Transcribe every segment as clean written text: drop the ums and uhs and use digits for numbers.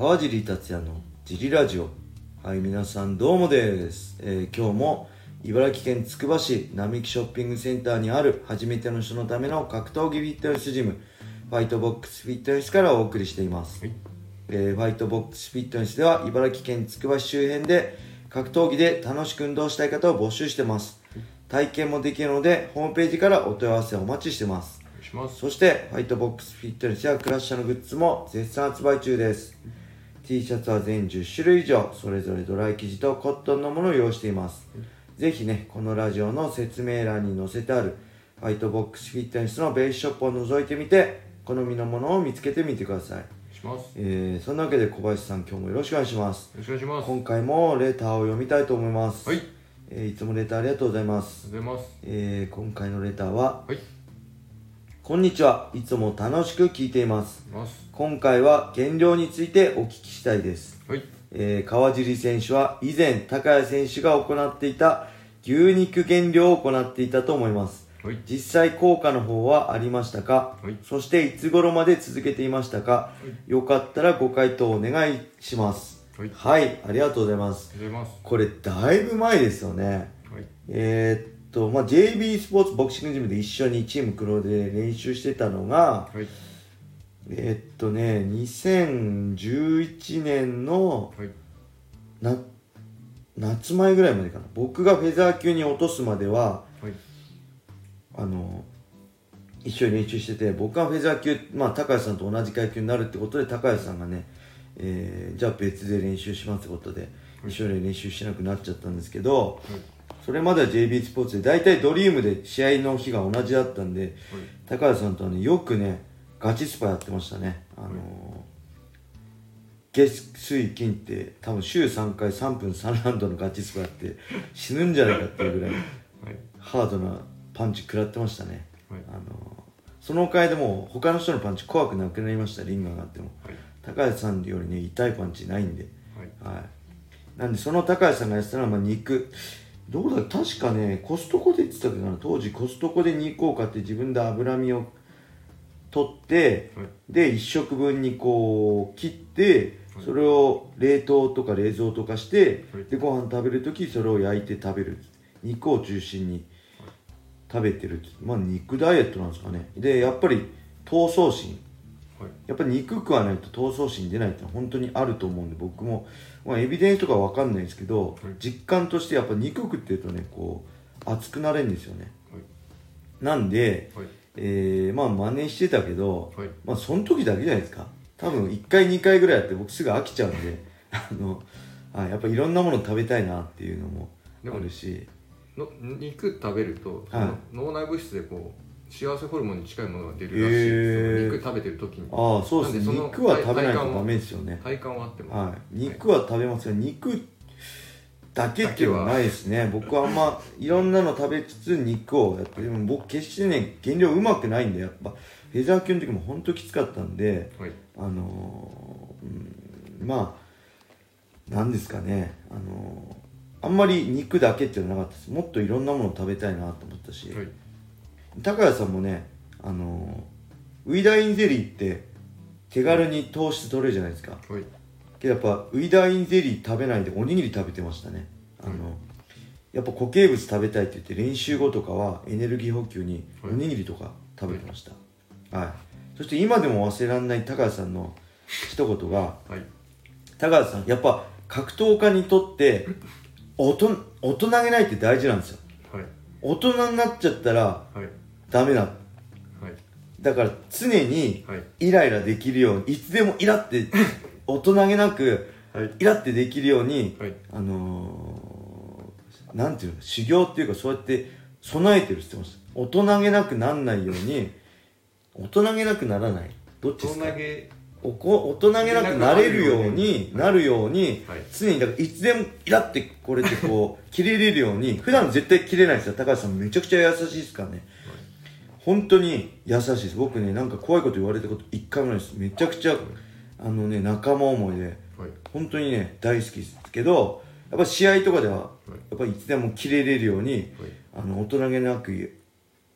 川尻達也のジリラジオ。はい、皆さんどうもです。今日も茨城県つくば市並木ショッピングセンターにある初めての人のための格闘技フィットネスジム、ファイトボックスフィットネスからお送りしています。ファイトボックスフィットネスでは茨城県つくば市周辺で格闘技で楽しく運動したい方を募集してます。体験もできるのでホームページからお問い合わせをお待ちしてます。そしてファイトボックスフィットネスやクラッシャーのグッズも絶賛発売中です。T シャツは全10種類以上、それぞれドライ生地とコットンのものを用意しています。ぜひね、このラジオの説明欄に載せてあるファイトボックスフィットネスのベースショップを覗いてみて、好みのものを見つけてみてください。そんなわけで小林さん、今日もよろしくお願いします。 よろしくお願いします。 今回もレターを読みたいと思います。 はい。 いつもレターありがとうございます。 ありがとうございます。 今回のレターは、 はい。 こんにちは。いつも楽しく聞いています。今回は減量についてお聞きしたいです。 はい。 川尻選手は以前高谷選手が行っていた牛肉減量を行っていたと思います。 はい。 実際効果の方はありましたか？ はい。 そしていつ頃まで続けていましたか？ はい。 よかったらご回答お願いします。 はい。 はい、ありがとうございます。 ありがとうございます。 これだいぶ前ですよね。 はい。 JB スポーツボクシングジムで一緒にチーム黒で練習してたのが、 はい。 2011年のはい。 夏前ぐらいまでかな。僕がフェザー級に落とすまでは、 はい。 一緒に練習してて、僕がフェザー級、高谷さんと同じ階級になるってことで、高谷さんがね、じゃあ別で練習しますってことで、一緒に練習しなくなっちゃったんですけど、 はい。 それまでは JB スポーツで大体ドリームで試合の日が同じだったんで、高谷さんとはね、よくねガチスパやってましたね。月水金って多分週3回3分3ラウンドのガチスパやって死ぬんじゃないかっていうぐらいハードなパンチ食らってましたね。そのおかげでもう他の人のパンチ怖くなくなりました。リンガーがあっても、高谷さんよりね痛いパンチないんで、なんでその高谷さんがやってたのは肉、どうだ、確かねコストコで言ってたけどな、当時コストコで肉を買って自分で脂身を取って、で1食分にこう切って、それを冷凍とか冷蔵とかして、でご飯食べるときそれを焼いて食べる、肉を中心に食べてる、肉ダイエットなんですかね。でやっぱり闘争心、やっぱり肉食わないと闘争心出ないって本当にあると思うんで、僕も、エビデンスとかわかんないですけど、実感としてやっぱ肉食ってるとねこう熱くなれるんですよね。なんで、真似してたけど、その時だけじゃないですか。多分1回2回ぐらいやって僕すぐ飽きちゃうんでやっぱいろんなもの食べたいなっていうのもあるし、 肉食べるとその脳内物質でこう幸せホルモンに近いものが出るらしいです。肉食べてる時に。 そうですね。肉は食べないとダメですよね。 体感はあっても、 肉は食べますよ。肉だけっていうのはないですね。僕はあんまいろんなの食べつつ肉をやって、でも僕決してね減量うまくないんで、やっぱフェザー級の時も本当きつかったんで、なんですかね、あんまり肉だけっていうのはなかったです。もっといろんなものを食べたいなと思ったし、高谷さんもね、ウイダインゼリーって手軽に糖質取れるじゃないですか。けどやっぱウイダインゼリー食べないでおにぎり食べてましたね。やっぱ固形物食べたいって言って練習後とかはエネルギー補給におにぎりとか食べてました。そして今でも忘れられない高谷さんの一言が、高谷さんやっぱ格闘家にとって大人げないって大事なんですよ。大人になっちゃったらダメだ。だから常にイライラできるように、いつでもイラって大人げなくイラってできるように、なんていうの、修行っていうかそうやって備えてるって言ってました。大人げなくなんないように、大人げなくならない、どっちですか？大人げなくなれるようになるように、常にだからいつでもイラってこれってこう切れれるように、普段絶対切れないですよ。高橋さんめちゃくちゃ優しいですからね。本当に優しいです。僕ね、なんか怖いこと言われたこと一回もないです。めちゃくちゃ仲間思いで、本当にね大好きですけど、やっぱ試合とかではやっぱりいつでも切れれるように、大人げなく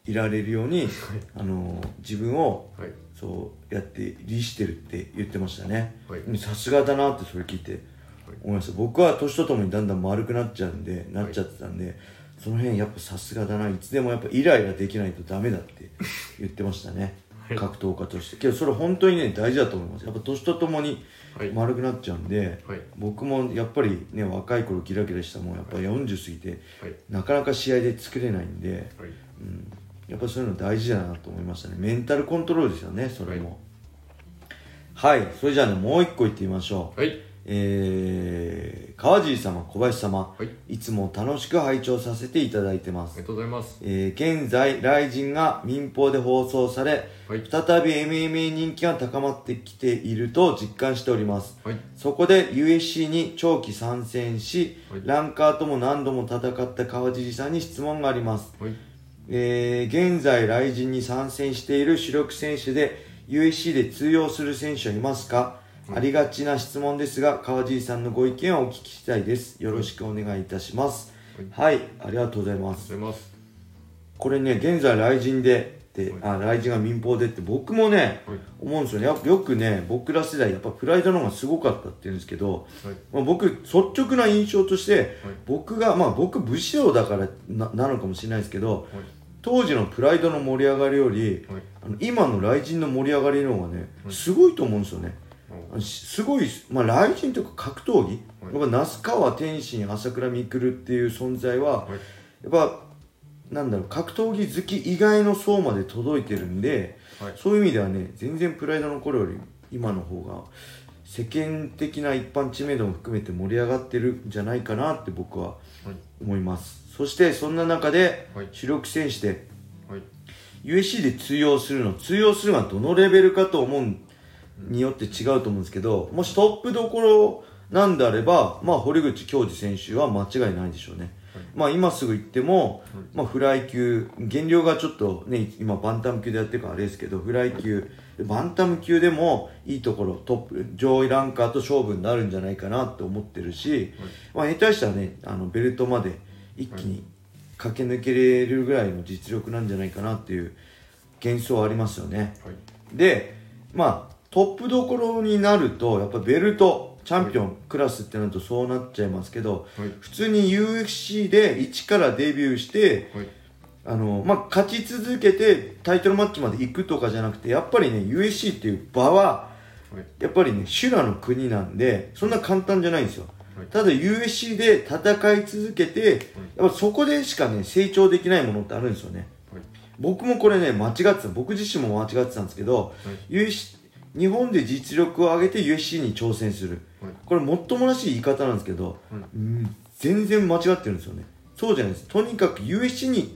いられるように、自分を、 はい、 そうやって律してるって言ってましたね。 はい、 さすがだなってそれ聞いて思いました。僕は年とともにだんだん丸くなっちゃってたんで、その辺やっぱさすがだな、いつでもやっぱイライラできないとダメだって言ってましたね。はい、格闘家として。けどそれ本当にね大事だと思います。やっぱ年とともに丸くなっちゃうんで、はい、僕もやっぱりね若い頃キラキラしたもんやっぱ40過ぎて、はい、なかなか試合で作れないんで、はい、やっぱそういうの大事だなと思いましたね。メンタルコントロールですよね、それも。はい、それじゃあねもう一個言ってみましょう。はい、川尻様、小林様、はい、いつも楽しく拝聴させていただいてます。 ありがとうございます。 現在RIZINが民放で放送され、はい、再び MMA 人気が高まってきていると実感しております。はい、そこで USC に長期参戦し、はい、ランカーとも何度も戦った川尻さんに質問があります。はい、現在RIZINに参戦している主力選手で USC で通用する選手はいますか？ありがちな質問ですが、川尻さんのご意見をお聞きしたいです。よろしくお願いいたします。はい、ありがとうございます。これね、現在RIZINでRIZINが民放でって僕もね、思うんですよね。よくね、僕ら世代やっぱプライドの方がすごかったって言うんですけど、僕率直な印象として、僕武士道だからなのかもしれないですけど、当時のプライドの盛り上がりより、今のRIZINの盛り上がりの方がね、すごいと思うんですよね。すごい、RIZINというか格闘技、やっぱ那須川天心、朝倉未来っていう存在は、やっぱ格闘技好き以外の層まで届いてるんで、そういう意味ではね全然プライドの頃より今の方が世間的な一般知名度も含めて盛り上がってるんじゃないかなって僕は思います。そしてそんな中で主力選手で USC で通用するのはどのレベルかと思うによって違うと思うんですけど、もしトップどころなんであれば、堀口恭司選手は間違いないでしょうね。今すぐ言っても、フライ級、減量がちょっとね、今バンタム級でやってるからあれですけど、フライ級、バンタム級でもいいところ、トップ、上位ランカーと勝負になるんじゃないかなと思ってるし、下手したらね、ベルトまで一気に駆け抜けれるぐらいの実力なんじゃないかなっていう幻想はありますよね。で、トップどころになると、やっぱベルト、チャンピオンクラスってなるとそうなっちゃいますけど、普通に UFC で一からデビューして、勝ち続けてタイトルマッチまで行くとかじゃなくて、やっぱりね、UFC っていう場は、やっぱりね、修羅の国なんで、そんな簡単じゃないんですよ。ただ UFC で戦い続けて、やっぱそこでしかね、成長できないものってあるんですよね。僕もこれね、僕自身も間違ってたんですけど、日本で実力を上げて USC に挑戦する、これもっともらしい言い方なんですけど、全然間違ってるんですよね。そうじゃないです。とにかく USC に行って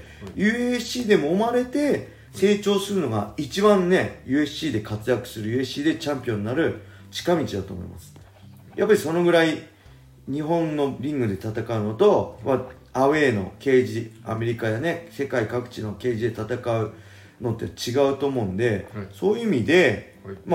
、USC で揉まれて成長するのが一番ね、 USC で活躍する、 USC でチャンピオンになる近道だと思います。やっぱりそのぐらい日本のリングで戦うのと、アウェーのケージ、アメリカやね、世界各地のケージで戦うのって違うと思うんで、そういう意味で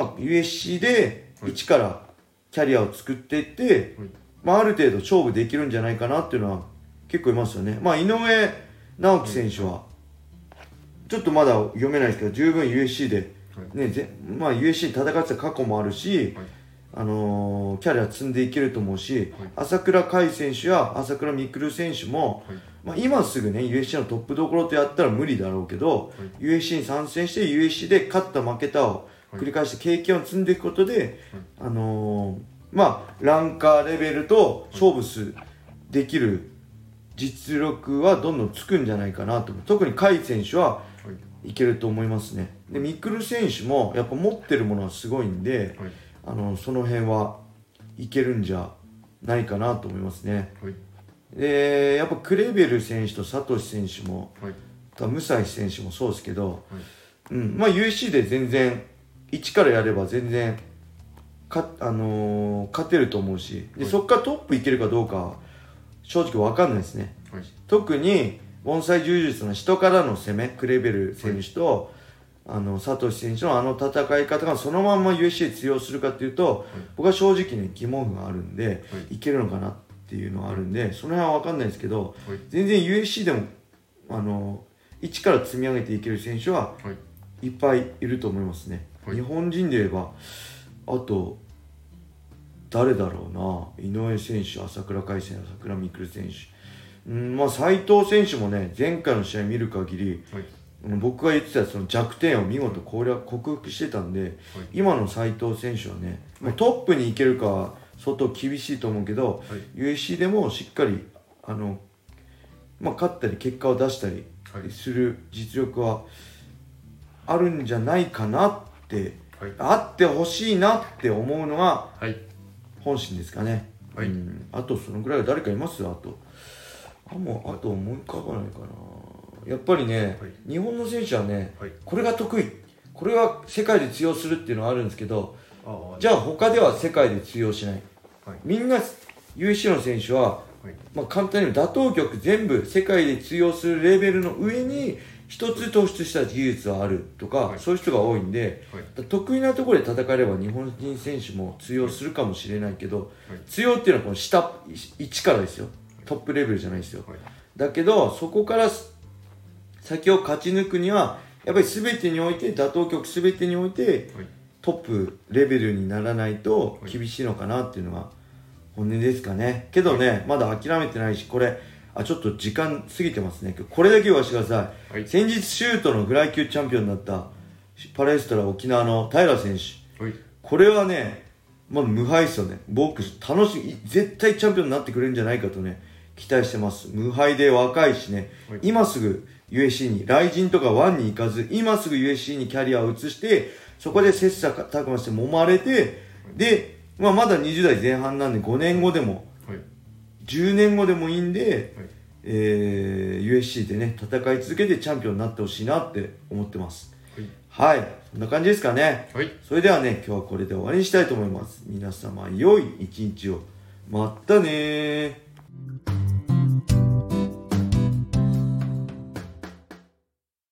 USC で一からキャリアを作っていって、ある程度勝負できるんじゃないかなっていうのは結構いますよね。井上直樹選手はちょっとまだ読めないですけど、十分 USC で、USC 戦ってた過去もあるし、キャリア積んでいけると思うし、朝倉海選手や朝倉未来選手も、今すぐね USC のトップどころとやったら無理だろうけど、USC に参戦して USC で勝った負けたを繰り返して経験を積んでいくことで、ランカーレベルと勝負できる実力はどんどんつくんじゃないかなと。特に甲斐選手はいけると思いますね。で未来選手もやっぱ持ってるものはすごいんで、その辺はいけるんじゃないかなと思いますね。でやっぱクレベル選手とサトシ選手も、ムサイ選手もそうですけど、USC で全然一からやれば全然勝てると思うし、でそこからトップいけるかどうかは正直分かんないですね。特に盆栽柔術の人からの攻め、クレベル選手と、サトシ選手の戦い方がそのまんま USC で通用するかっていうと、僕は正直ね疑問符があるんで、いけるのかなっていうのはあるんで、その辺は分かんないですけど、全然 USC でも一から積み上げていける選手はいっぱいいると思いますね、日本人で言えばあと誰だろうな、井上選手、朝倉海選手、朝倉未来選手、斉藤選手もね、前回の試合見る限り、僕が言ってたその弱点を見事克服してたんで、今の斉藤選手はね、トップに行けるかは相当厳しいと思うけど、USC でもしっかり勝ったり結果を出したりする実力はあるんじゃないかなって、あってほしいなって思うのが本心ですかね、あとそのぐらいは誰かいます？あと思い浮かばないかな。やっぱりね、日本の選手はね、これが得意、これは世界で通用するっていうのはあるんですけど、じゃあ他では世界で通用しない、みんな USC の選手は、簡単に言う打倒曲全部世界で通用するレベルの上に一つ突出した技術はあるとか、そういう人が多いんで、得意なところで戦えれば日本人選手も通用するかもしれないけど、通用っていうのはこの下1からですよ、トップレベルじゃないですよ、だけどそこから先を勝ち抜くにはやっぱり全てにおいて、打倒曲全てにおいてトップレベルにならないと厳しいのかなっていうのが本音ですかね。けどね、まだ諦めてないし、これちょっと時間過ぎてますね。これだけ言わせてください、先日シュートのフライ級チャンピオンになったパレストラ沖縄の平選手、これはね、無敗ですよね。僕楽しみ、絶対チャンピオンになってくれるんじゃないかとね期待してます。無敗で若いしね、今すぐ USC にライジンとかワンに行かず、今すぐ USC にキャリアを移して、そこで切磋琢磨して揉まれて、で、まだ20代前半なんで5年後でも、10年後でもいいんで、USC でね戦い続けてチャンピオンになってほしいなって思ってます。はい、そんな感じですかね。それではね、今日はこれで終わりにしたいと思います。皆様良い一日を。またねー。